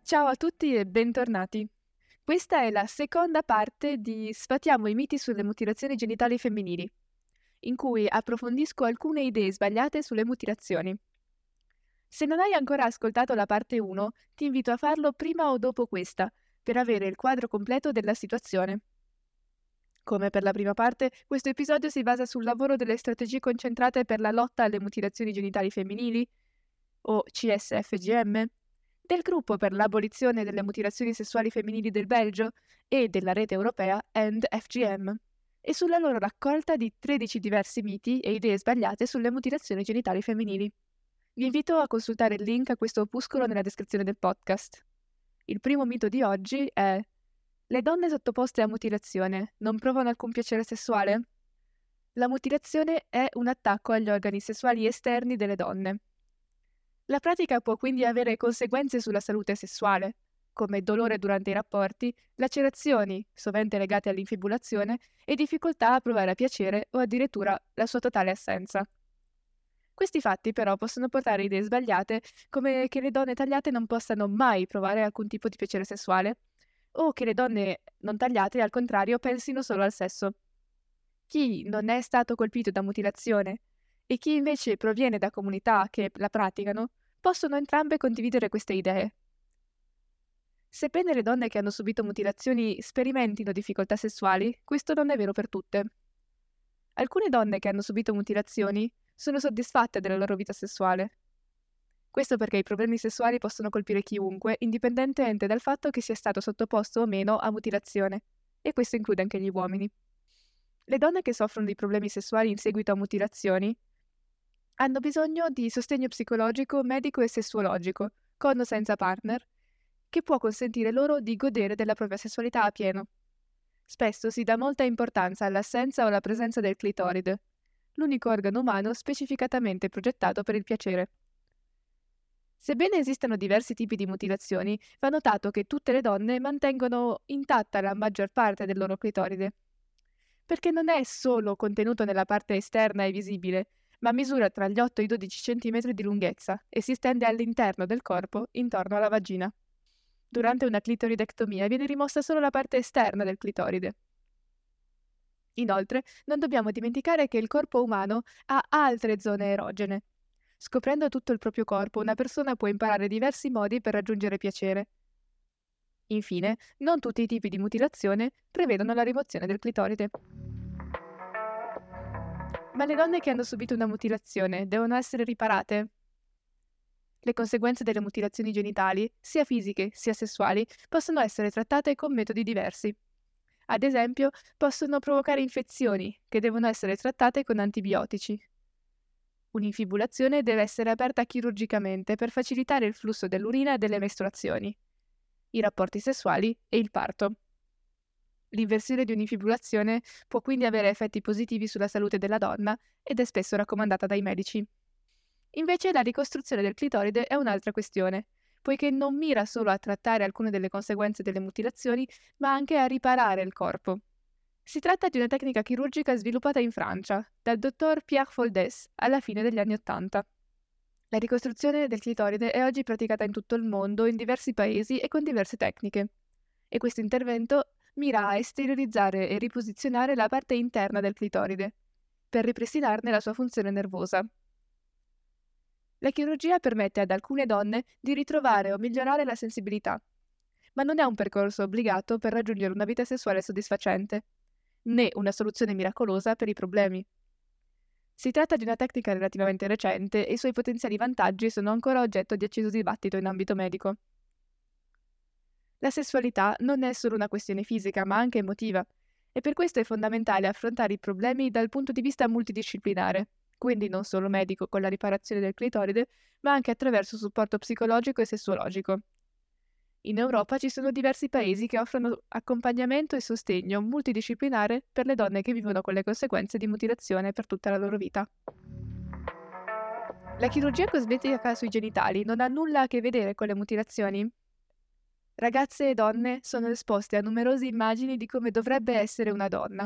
Ciao a tutti e bentornati. Questa è la seconda parte di Sfatiamo i miti sulle mutilazioni genitali femminili, in cui approfondisco alcune idee sbagliate sulle mutilazioni. Se non hai ancora ascoltato la parte 1, ti invito a farlo prima o dopo questa, per avere il quadro completo della situazione. Come per la prima parte, questo episodio si basa sul lavoro delle strategie concentrate per la lotta alle mutilazioni genitali femminili, o CSFGM, del gruppo per l'abolizione delle mutilazioni sessuali femminili del Belgio e della rete europea End FGM, e sulla loro raccolta di 13 diversi miti e idee sbagliate sulle mutilazioni genitali femminili. Vi invito a consultare il link a questo opuscolo nella descrizione del podcast. Il primo mito di oggi è: le donne sottoposte a mutilazione non provano alcun piacere sessuale? La mutilazione è un attacco agli organi sessuali esterni delle donne. La pratica può quindi avere conseguenze sulla salute sessuale, come dolore durante i rapporti, lacerazioni, sovente legate all'infibulazione, e difficoltà a provare a piacere o addirittura la sua totale assenza. Questi fatti però possono portare a idee sbagliate, come che le donne tagliate non possano mai provare alcun tipo di piacere sessuale, o che le donne non tagliate, al contrario, pensino solo al sesso. Chi non è stato colpito da mutilazione e chi invece proviene da comunità che la praticano, possono entrambe condividere queste idee. Sebbene le donne che hanno subito mutilazioni sperimentino difficoltà sessuali, questo non è vero per tutte. Alcune donne che hanno subito mutilazioni sono soddisfatte della loro vita sessuale. Questo perché i problemi sessuali possono colpire chiunque, indipendentemente dal fatto che sia stato sottoposto o meno a mutilazione, e questo include anche gli uomini. Le donne che soffrono di problemi sessuali in seguito a mutilazioni hanno bisogno di sostegno psicologico, medico e sessuologico, con o senza partner, che può consentire loro di godere della propria sessualità a pieno. Spesso si dà molta importanza all'assenza o alla presenza del clitoride, l'unico organo umano specificatamente progettato per il piacere. Sebbene esistano diversi tipi di mutilazioni, va notato che tutte le donne mantengono intatta la maggior parte del loro clitoride, perché non è solo contenuto nella parte esterna e visibile, ma misura tra gli 8 e i 12 cm di lunghezza e si stende all'interno del corpo, intorno alla vagina. Durante una clitoridectomia viene rimossa solo la parte esterna del clitoride. Inoltre, non dobbiamo dimenticare che il corpo umano ha altre zone erogene. Scoprendo tutto il proprio corpo, una persona può imparare diversi modi per raggiungere piacere. Infine, non tutti i tipi di mutilazione prevedono la rimozione del clitoride. Ma le donne che hanno subito una mutilazione devono essere riparate? Le conseguenze delle mutilazioni genitali, sia fisiche sia sessuali, possono essere trattate con metodi diversi. Ad esempio, possono provocare infezioni, che devono essere trattate con antibiotici. Un'infibulazione deve essere aperta chirurgicamente per facilitare il flusso dell'urina e delle mestruazioni, i rapporti sessuali e il parto. L'inversione di un'infibulazione può quindi avere effetti positivi sulla salute della donna ed è spesso raccomandata dai medici. Invece la ricostruzione del clitoride è un'altra questione, poiché non mira solo a trattare alcune delle conseguenze delle mutilazioni, ma anche a riparare il corpo. Si tratta di una tecnica chirurgica sviluppata in Francia dal dottor Pierre Foldes alla fine degli anni Ottanta. La ricostruzione del clitoride è oggi praticata in tutto il mondo, in diversi paesi e con diverse tecniche. E questo intervento mira a esteriorizzare e riposizionare la parte interna del clitoride, per ripristinarne la sua funzione nervosa. La chirurgia permette ad alcune donne di ritrovare o migliorare la sensibilità, ma non è un percorso obbligato per raggiungere una vita sessuale soddisfacente, né una soluzione miracolosa per i problemi. Si tratta di una tecnica relativamente recente e i suoi potenziali vantaggi sono ancora oggetto di acceso dibattito in ambito medico. La sessualità non è solo una questione fisica, ma anche emotiva, e per questo è fondamentale affrontare i problemi dal punto di vista multidisciplinare, quindi non solo medico con la riparazione del clitoride, ma anche attraverso supporto psicologico e sessuologico. In Europa ci sono diversi paesi che offrono accompagnamento e sostegno multidisciplinare per le donne che vivono con le conseguenze di mutilazione per tutta la loro vita. La chirurgia cosmetica sui genitali non ha nulla a che vedere con le mutilazioni. Ragazze e donne sono esposte a numerose immagini di come dovrebbe essere una donna.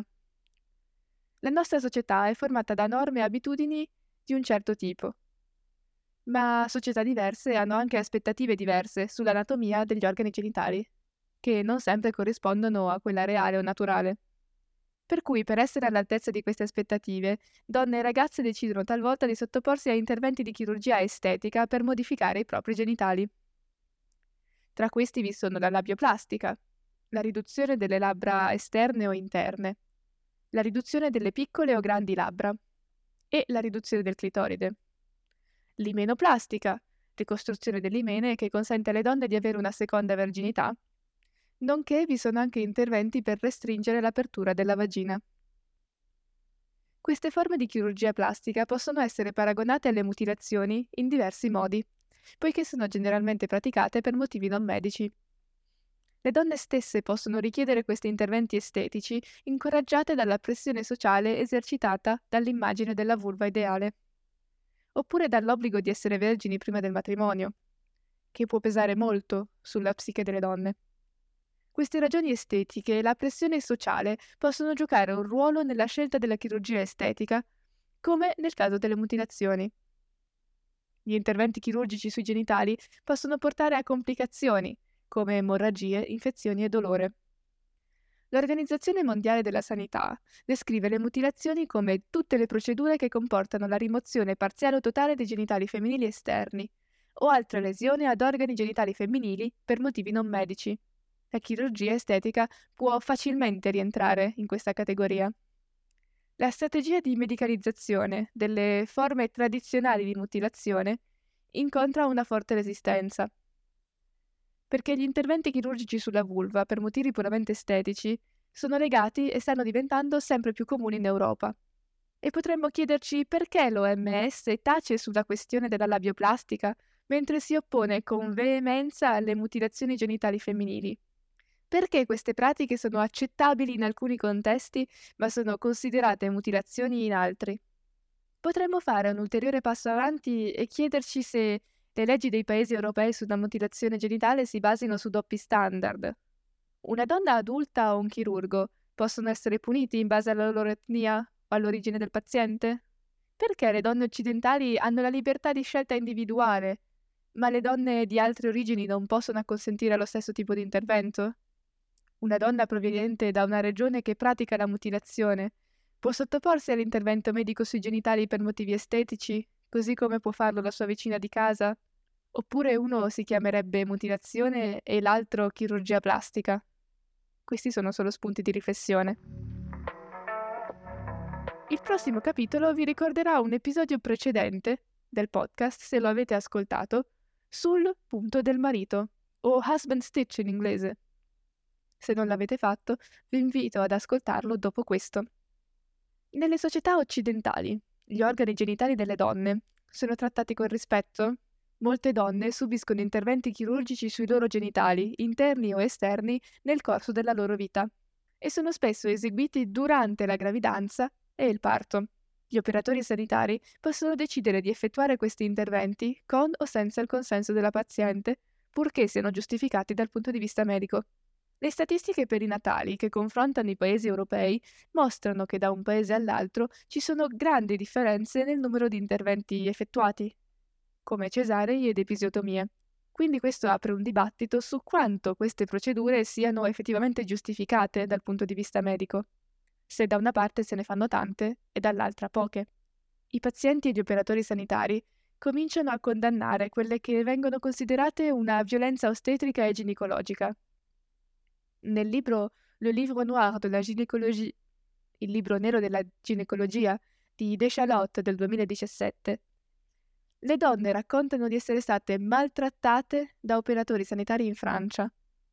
La nostra società è formata da norme e abitudini di un certo tipo. Ma società diverse hanno anche aspettative diverse sull'anatomia degli organi genitali, che non sempre corrispondono a quella reale o naturale. Per cui, per essere all'altezza di queste aspettative, donne e ragazze decidono talvolta di sottoporsi a interventi di chirurgia estetica per modificare i propri genitali. Tra questi vi sono la labioplastica, la riduzione delle labbra esterne o interne, la riduzione delle piccole o grandi labbra e la riduzione del clitoride. L'imenoplastica, ricostruzione dell'imene che consente alle donne di avere una seconda verginità, nonché vi sono anche interventi per restringere l'apertura della vagina. Queste forme di chirurgia plastica possono essere paragonate alle mutilazioni in diversi modi, poiché sono generalmente praticate per motivi non medici. Le donne stesse possono richiedere questi interventi estetici incoraggiate dalla pressione sociale esercitata dall'immagine della vulva ideale, oppure dall'obbligo di essere vergini prima del matrimonio, che può pesare molto sulla psiche delle donne. Queste ragioni estetiche e la pressione sociale possono giocare un ruolo nella scelta della chirurgia estetica, come nel caso delle mutilazioni. Gli interventi chirurgici sui genitali possono portare a complicazioni, come emorragie, infezioni e dolore. L'Organizzazione Mondiale della Sanità descrive le mutilazioni come tutte le procedure che comportano la rimozione parziale o totale dei genitali femminili esterni o altre lesioni ad organi genitali femminili per motivi non medici. La chirurgia estetica può facilmente rientrare in questa categoria. La strategia di medicalizzazione delle forme tradizionali di mutilazione incontra una forte resistenza, perché gli interventi chirurgici sulla vulva per motivi puramente estetici sono legati e stanno diventando sempre più comuni in Europa. E potremmo chiederci perché l'OMS tace sulla questione della labioplastica, mentre si oppone con veemenza alle mutilazioni genitali femminili. Perché queste pratiche sono accettabili in alcuni contesti, ma sono considerate mutilazioni in altri? Potremmo fare un ulteriore passo avanti e chiederci se le leggi dei paesi europei sulla mutilazione genitale si basino su doppi standard. Una donna adulta o un chirurgo possono essere puniti in base alla loro etnia o all'origine del paziente? Perché le donne occidentali hanno la libertà di scelta individuale, ma le donne di altre origini non possono acconsentire allo stesso tipo di intervento? Una donna proveniente da una regione che pratica la mutilazione può sottoporsi all'intervento medico sui genitali per motivi estetici, così come può farlo la sua vicina di casa? Oppure uno si chiamerebbe mutilazione e l'altro chirurgia plastica? Questi sono solo spunti di riflessione. Il prossimo capitolo vi ricorderà un episodio precedente del podcast, se lo avete ascoltato, sul punto del marito, o husband stitch in inglese. Se non l'avete fatto, vi invito ad ascoltarlo dopo questo. Nelle società occidentali, gli organi genitali delle donne sono trattati con rispetto. Molte donne subiscono interventi chirurgici sui loro genitali, interni o esterni, nel corso della loro vita, e sono spesso eseguiti durante la gravidanza e il parto. Gli operatori sanitari possono decidere di effettuare questi interventi con o senza il consenso della paziente, purché siano giustificati dal punto di vista medico. Le statistiche perinatali che confrontano i paesi europei mostrano che da un paese all'altro ci sono grandi differenze nel numero di interventi effettuati, come cesarei ed episiotomie. Quindi questo apre un dibattito su quanto queste procedure siano effettivamente giustificate dal punto di vista medico, se da una parte se ne fanno tante e dall'altra poche. I pazienti e gli operatori sanitari cominciano a condannare quelle che vengono considerate una violenza ostetrica e ginecologica. Nel libro Le Livre Noir de la Gynécologie, il libro nero della ginecologia di Deschalotte del 2017, le donne raccontano di essere state maltrattate da operatori sanitari in Francia.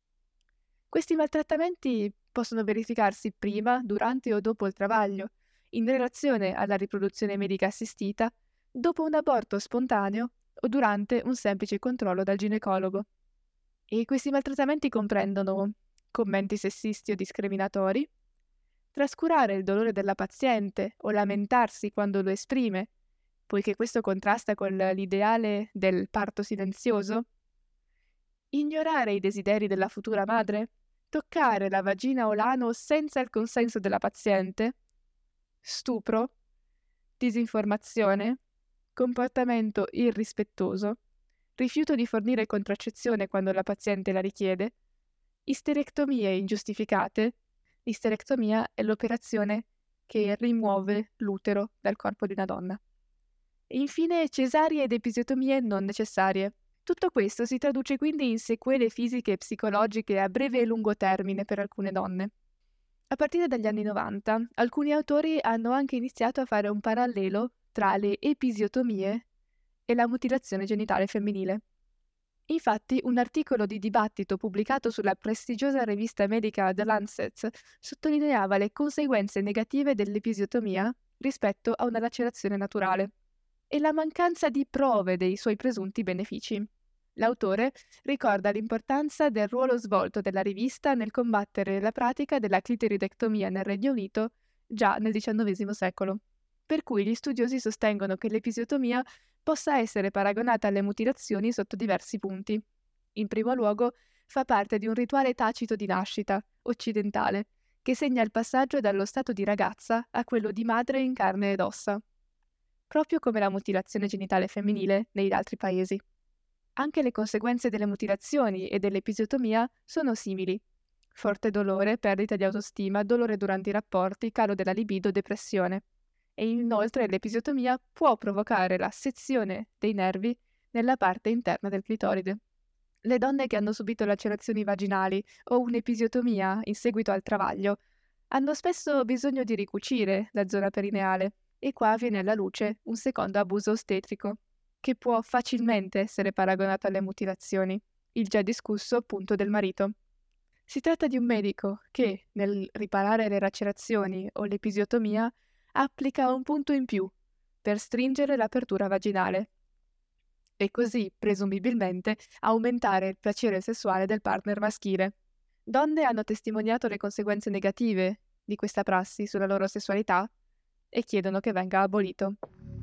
Questi maltrattamenti possono verificarsi prima, durante o dopo il travaglio, in relazione alla riproduzione medica assistita, dopo un aborto spontaneo o durante un semplice controllo dal ginecologo. E questi maltrattamenti comprendono commenti sessisti o discriminatori, trascurare il dolore della paziente o lamentarsi quando lo esprime, poiché questo contrasta con l'ideale del parto silenzioso, ignorare i desideri della futura madre, toccare la vagina o l'ano senza il consenso della paziente, stupro, disinformazione, comportamento irrispettoso, rifiuto di fornire contraccezione quando la paziente la richiede, isterectomie ingiustificate. L'isterectomia è l'operazione che rimuove l'utero dal corpo di una donna. E infine cesarie ed episiotomie non necessarie. Tutto questo si traduce quindi in sequele fisiche e psicologiche a breve e lungo termine per alcune donne. A partire dagli anni 90, alcuni autori hanno anche iniziato a fare un parallelo tra le episiotomie e la mutilazione genitale femminile. Infatti, un articolo di dibattito pubblicato sulla prestigiosa rivista medica The Lancet sottolineava le conseguenze negative dell'episiotomia rispetto a una lacerazione naturale e la mancanza di prove dei suoi presunti benefici. L'autore ricorda l'importanza del ruolo svolto dalla rivista nel combattere la pratica della clitoridectomia nel Regno Unito già nel XIX secolo, per cui gli studiosi sostengono che l'episiotomia possa essere paragonata alle mutilazioni sotto diversi punti. In primo luogo, fa parte di un rituale tacito di nascita, occidentale, che segna il passaggio dallo stato di ragazza a quello di madre in carne ed ossa, proprio come la mutilazione genitale femminile negli altri paesi. Anche le conseguenze delle mutilazioni e dell'episiotomia sono simili. Forte dolore, perdita di autostima, dolore durante i rapporti, calo della libido, depressione. E inoltre l'episiotomia può provocare la sezione dei nervi nella parte interna del clitoride. Le donne che hanno subito lacerazioni vaginali o un'episiotomia in seguito al travaglio hanno spesso bisogno di ricucire la zona perineale e qua viene alla luce un secondo abuso ostetrico, che può facilmente essere paragonato alle mutilazioni, il già discusso punto del marito. Si tratta di un medico che, nel riparare le lacerazioni o l'episiotomia, applica un punto in più per stringere l'apertura vaginale e così, presumibilmente, aumentare il piacere sessuale del partner maschile. Donne hanno testimoniato le conseguenze negative di questa prassi sulla loro sessualità e chiedono che venga abolito.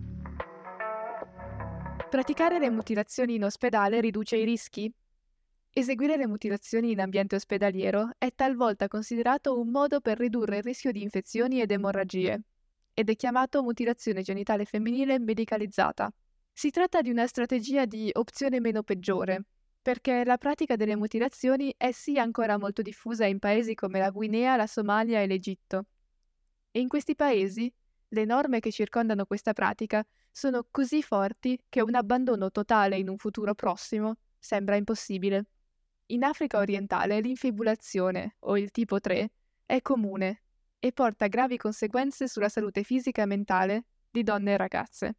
Praticare le mutilazioni in ospedale riduce i rischi? Eseguire le mutilazioni in ambiente ospedaliero è talvolta considerato un modo per ridurre il rischio di infezioni ed emorragie, ed è chiamato mutilazione genitale femminile medicalizzata. Si tratta di una strategia di opzione meno peggiore, perché la pratica delle mutilazioni è sì ancora molto diffusa in paesi come la Guinea, la Somalia e l'Egitto. E in questi paesi le norme che circondano questa pratica sono così forti che un abbandono totale in un futuro prossimo sembra impossibile. In Africa orientale l'infibulazione, o il tipo 3, è comune e porta gravi conseguenze sulla salute fisica e mentale di donne e ragazze.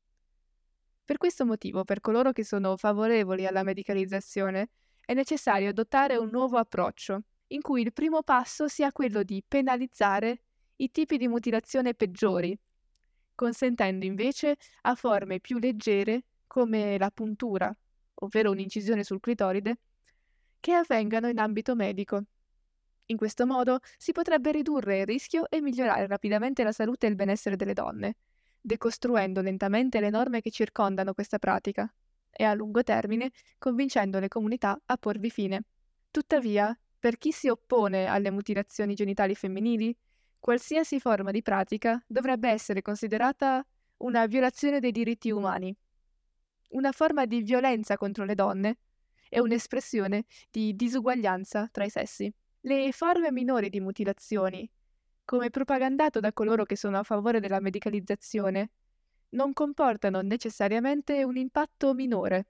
Per questo motivo, per coloro che sono favorevoli alla medicalizzazione, è necessario adottare un nuovo approccio, in cui il primo passo sia quello di penalizzare i tipi di mutilazione peggiori, consentendo invece a forme più leggere, come la puntura, ovvero un'incisione sul clitoride, che avvengano in ambito medico. In questo modo si potrebbe ridurre il rischio e migliorare rapidamente la salute e il benessere delle donne, decostruendo lentamente le norme che circondano questa pratica e a lungo termine convincendo le comunità a porvi fine. Tuttavia, per chi si oppone alle mutilazioni genitali femminili, qualsiasi forma di pratica dovrebbe essere considerata una violazione dei diritti umani, una forma di violenza contro le donne e un'espressione di disuguaglianza tra i sessi. Le forme minori di mutilazioni, come propagandato da coloro che sono a favore della medicalizzazione, non comportano necessariamente un impatto minore,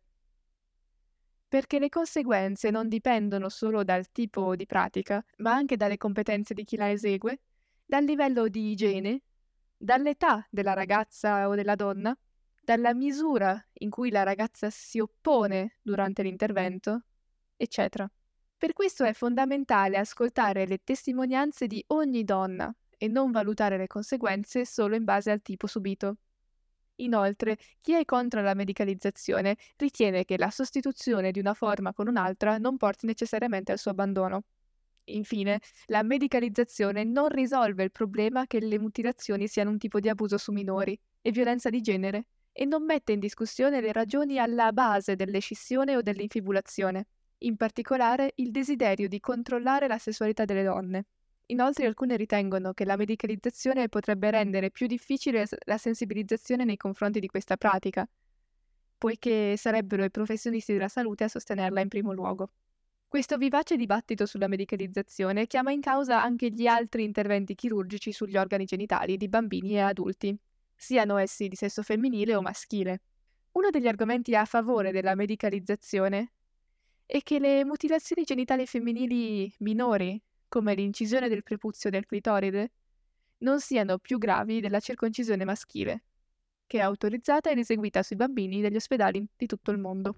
perché le conseguenze non dipendono solo dal tipo di pratica, ma anche dalle competenze di chi la esegue, dal livello di igiene, dall'età della ragazza o della donna, dalla misura in cui la ragazza si oppone durante l'intervento, eccetera. Per questo è fondamentale ascoltare le testimonianze di ogni donna e non valutare le conseguenze solo in base al tipo subito. Inoltre, chi è contro la medicalizzazione ritiene che la sostituzione di una forma con un'altra non porti necessariamente al suo abbandono. Infine, la medicalizzazione non risolve il problema che le mutilazioni siano un tipo di abuso su minori e violenza di genere e non mette in discussione le ragioni alla base dell'escissione o dell'infibulazione, in particolare il desiderio di controllare la sessualità delle donne. Inoltre alcune ritengono che la medicalizzazione potrebbe rendere più difficile la sensibilizzazione nei confronti di questa pratica, poiché sarebbero i professionisti della salute a sostenerla in primo luogo. Questo vivace dibattito sulla medicalizzazione chiama in causa anche gli altri interventi chirurgici sugli organi genitali di bambini e adulti, siano essi di sesso femminile o maschile. Uno degli argomenti a favore della medicalizzazione è che le mutilazioni genitali femminili minori, come l'incisione del prepuzio del clitoride, non siano più gravi della circoncisione maschile, che è autorizzata ed eseguita sui bambini degli ospedali di tutto il mondo.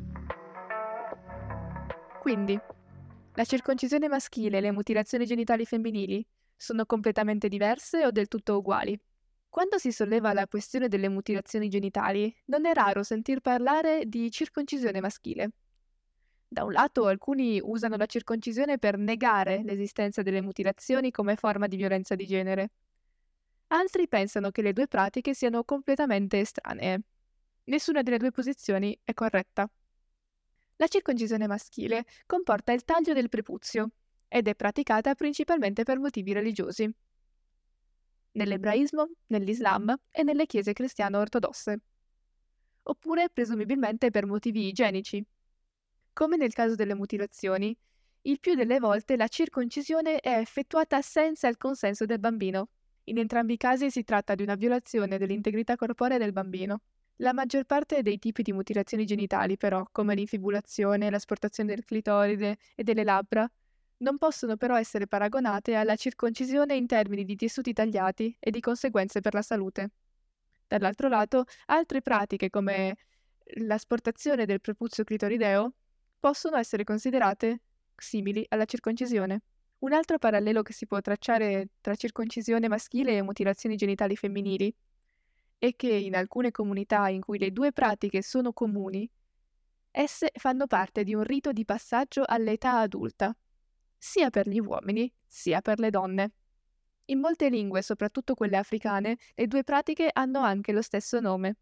Quindi, la circoncisione maschile e le mutilazioni genitali femminili sono completamente diverse o del tutto uguali? Quando si solleva la questione delle mutilazioni genitali, non è raro sentir parlare di circoncisione maschile. Da un lato, alcuni usano la circoncisione per negare l'esistenza delle mutilazioni come forma di violenza di genere. Altri pensano che le due pratiche siano completamente estranee. Nessuna delle due posizioni è corretta. La circoncisione maschile comporta il taglio del prepuzio ed è praticata principalmente per motivi religiosi, nell'ebraismo, nell'Islam e nelle chiese cristiane ortodosse, oppure presumibilmente per motivi igienici. Come nel caso delle mutilazioni, il più delle volte la circoncisione è effettuata senza il consenso del bambino. In entrambi i casi si tratta di una violazione dell'integrità corporea del bambino. La maggior parte dei tipi di mutilazioni genitali, però, come l'infibulazione, l'asportazione del clitoride e delle labbra, non possono però essere paragonate alla circoncisione in termini di tessuti tagliati e di conseguenze per la salute. Dall'altro lato, altre pratiche come l'asportazione del prepuzio clitorideo possono essere considerate simili alla circoncisione. Un altro parallelo che si può tracciare tra circoncisione maschile e mutilazioni genitali femminili è che in alcune comunità in cui le due pratiche sono comuni, esse fanno parte di un rito di passaggio all'età adulta, sia per gli uomini sia per le donne. In molte lingue, soprattutto quelle africane, le due pratiche hanno anche lo stesso nome.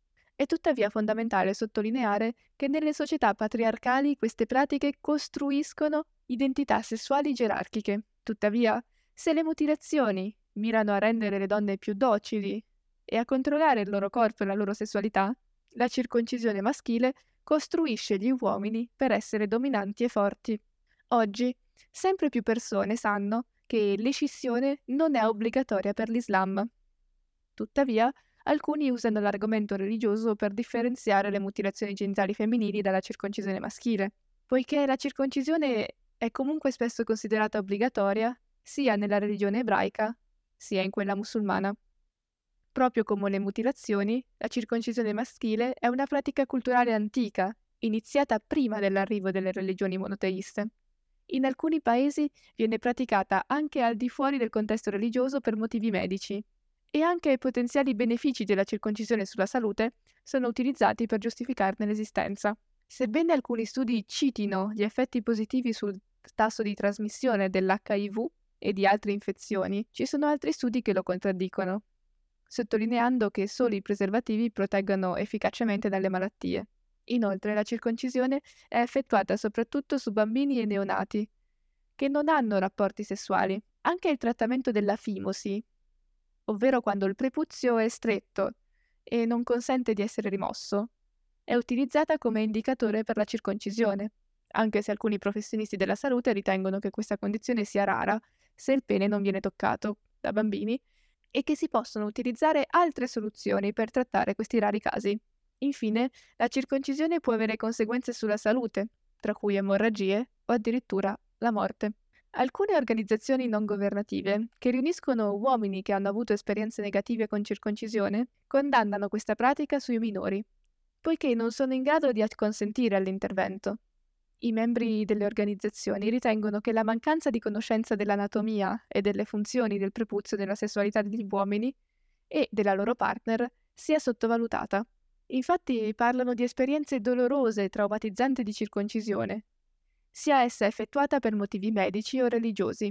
È tuttavia fondamentale sottolineare che nelle società patriarcali queste pratiche costruiscono identità sessuali gerarchiche. Tuttavia, se le mutilazioni mirano a rendere le donne più docili e a controllare il loro corpo e la loro sessualità, la circoncisione maschile costruisce gli uomini per essere dominanti e forti. Oggi, sempre più persone sanno che l'escissione non è obbligatoria per l'Islam. Tuttavia, alcuni usano l'argomento religioso per differenziare le mutilazioni genitali femminili dalla circoncisione maschile, poiché la circoncisione è comunque spesso considerata obbligatoria sia nella religione ebraica sia in quella musulmana. Proprio come le mutilazioni, la circoncisione maschile è una pratica culturale antica, iniziata prima dell'arrivo delle religioni monoteiste. In alcuni paesi viene praticata anche al di fuori del contesto religioso per motivi medici, e anche i potenziali benefici della circoncisione sulla salute sono utilizzati per giustificarne l'esistenza. Sebbene alcuni studi citino gli effetti positivi sul tasso di trasmissione dell'HIV e di altre infezioni, ci sono altri studi che lo contraddicono, sottolineando che solo i preservativi proteggono efficacemente dalle malattie. Inoltre, la circoncisione è effettuata soprattutto su bambini e neonati, che non hanno rapporti sessuali. Anche il trattamento della fimosi, ovvero quando il prepuzio è stretto e non consente di essere rimosso, è utilizzata come indicatore per la circoncisione, anche se alcuni professionisti della salute ritengono che questa condizione sia rara se il pene non viene toccato da bambini e che si possono utilizzare altre soluzioni per trattare questi rari casi. Infine, la circoncisione può avere conseguenze sulla salute, tra cui emorragie o addirittura la morte. Alcune organizzazioni non governative, che riuniscono uomini che hanno avuto esperienze negative con circoncisione, condannano questa pratica sui minori, poiché non sono in grado di acconsentire all'intervento. I membri delle organizzazioni ritengono che la mancanza di conoscenza dell'anatomia e delle funzioni del prepuzio nella sessualità degli uomini e della loro partner sia sottovalutata. Infatti parlano di esperienze dolorose e traumatizzanti di circoncisione, sia essa effettuata per motivi medici o religiosi,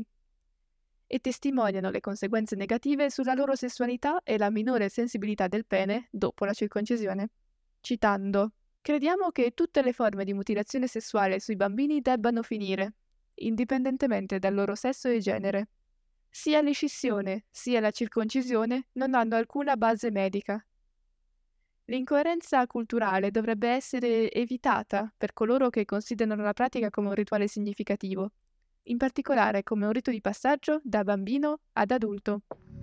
e testimoniano le conseguenze negative sulla loro sessualità e la minore sensibilità del pene dopo la circoncisione. Citando: "Crediamo che tutte le forme di mutilazione sessuale sui bambini debbano finire, indipendentemente dal loro sesso e genere. Sia l'escissione sia la circoncisione non hanno alcuna base medica. L'incoerenza culturale dovrebbe essere evitata per coloro che considerano la pratica come un rituale significativo, in particolare come un rito di passaggio da bambino ad adulto.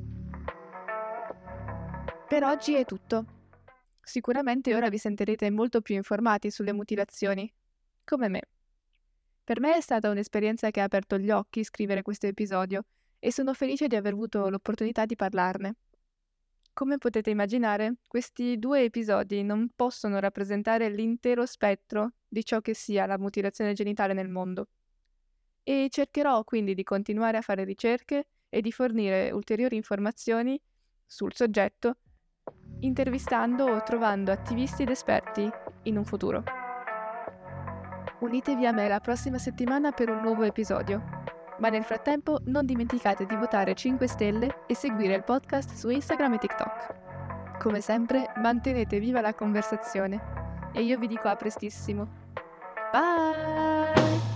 Per oggi è tutto. Sicuramente ora vi sentirete molto più informati sulle mutilazioni, come me. Per me è stata un'esperienza che ha aperto gli occhi scrivere questo episodio e sono felice di aver avuto l'opportunità di parlarne. Come potete immaginare, questi 2 episodi non possono rappresentare l'intero spettro di ciò che sia la mutilazione genitale nel mondo. E cercherò quindi di continuare a fare ricerche e di fornire ulteriori informazioni sul soggetto, intervistando o trovando attivisti ed esperti in un futuro. Unitevi a me la prossima settimana per un nuovo episodio. Ma nel frattempo non dimenticate di votare 5 stelle e seguire il podcast su Instagram e TikTok. Come sempre, mantenete viva la conversazione e io vi dico a prestissimo. Bye!